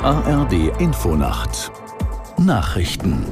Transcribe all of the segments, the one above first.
ARD Infonacht Nachrichten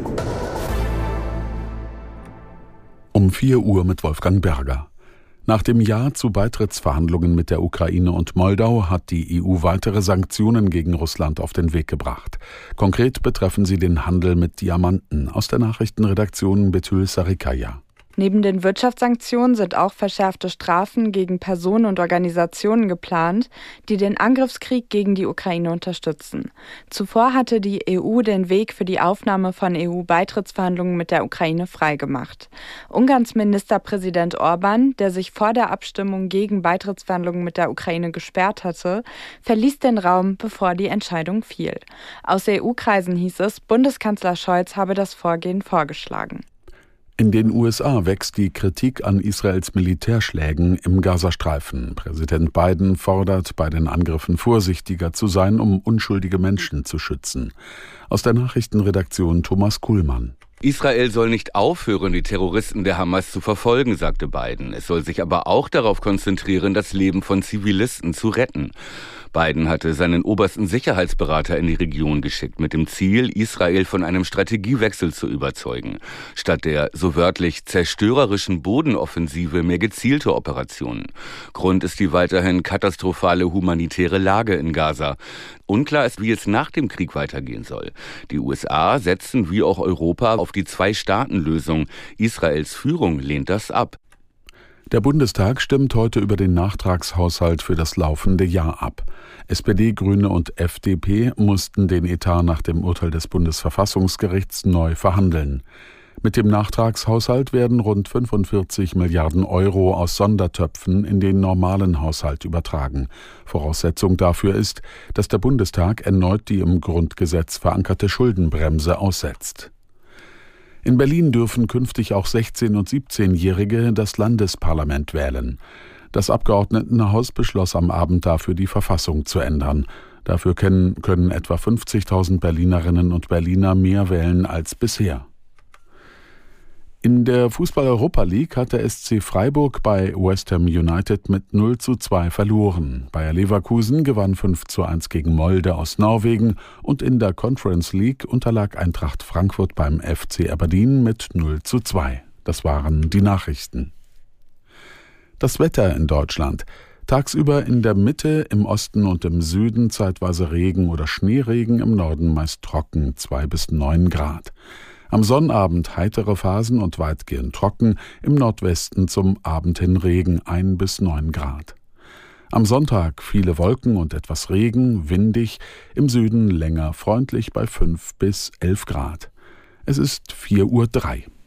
um 4 Uhr mit Wolfgang Berger. Nach dem Ja zu Beitrittsverhandlungen mit der Ukraine und Moldau hat die EU weitere Sanktionen gegen Russland auf den Weg gebracht. Konkret betreffen sie den Handel mit Diamanten. Aus der Nachrichtenredaktion Betül Sarikaya. Neben den Wirtschaftssanktionen sind auch verschärfte Strafen gegen Personen und Organisationen geplant, die den Angriffskrieg gegen die Ukraine unterstützen. Zuvor hatte die EU den Weg für die Aufnahme von EU-Beitrittsverhandlungen mit der Ukraine freigemacht. Ungarns Ministerpräsident Orbán, der sich vor der Abstimmung gegen Beitrittsverhandlungen mit der Ukraine gesperrt hatte, verließ den Raum, bevor die Entscheidung fiel. Aus EU-Kreisen hieß es, Bundeskanzler Scholz habe das Vorgehen vorgeschlagen. In den USA wächst die Kritik an Israels Militärschlägen im Gazastreifen. Präsident Biden fordert, bei den Angriffen vorsichtiger zu sein, um unschuldige Menschen zu schützen. Aus der Nachrichtenredaktion Thomas Kuhlmann. Israel soll nicht aufhören, die Terroristen der Hamas zu verfolgen, sagte Biden. Es soll sich aber auch darauf konzentrieren, das Leben von Zivilisten zu retten. Biden hatte seinen obersten Sicherheitsberater in die Region geschickt, mit dem Ziel, Israel von einem Strategiewechsel zu überzeugen. Statt der, so wörtlich, zerstörerischen Bodenoffensive mehr gezielte Operationen. Grund ist die weiterhin katastrophale humanitäre Lage in Gaza. Unklar ist, wie es nach dem Krieg weitergehen soll. Die USA setzen wie auch Europa auf die Zwei-Staaten-Lösung. Israels Führung lehnt das ab. Der Bundestag stimmt heute über den Nachtragshaushalt für das laufende Jahr ab. SPD, Grüne und FDP mussten den Etat nach dem Urteil des Bundesverfassungsgerichts neu verhandeln. Mit dem Nachtragshaushalt werden rund 45 Milliarden Euro aus Sondertöpfen in den normalen Haushalt übertragen. Voraussetzung dafür ist, dass der Bundestag erneut die im Grundgesetz verankerte Schuldenbremse aussetzt. In Berlin dürfen künftig auch 16- und 17-Jährige das Landesparlament wählen. Das Abgeordnetenhaus beschloss am Abend dafür, die Verfassung zu ändern. Dafür können etwa 50.000 Berlinerinnen und Berliner mehr wählen als bisher. In der Fußball-Europa League hat der SC Freiburg bei West Ham United mit 0:2 verloren. Bayer Leverkusen gewann 5:1 gegen Molde aus Norwegen und in der Conference League unterlag Eintracht Frankfurt beim FC Aberdeen mit 0:2. Das waren die Nachrichten. Das Wetter in Deutschland. Tagsüber in der Mitte, im Osten und im Süden zeitweise Regen oder Schneeregen, im Norden meist trocken, 2 bis 9 Grad. Am Sonnabend heitere Phasen und weitgehend trocken, im Nordwesten zum Abend hin Regen, 1 bis 9 Grad. Am Sonntag viele Wolken und etwas Regen, windig, im Süden länger freundlich bei 5 bis 11 Grad. Es ist 4:03 Uhr.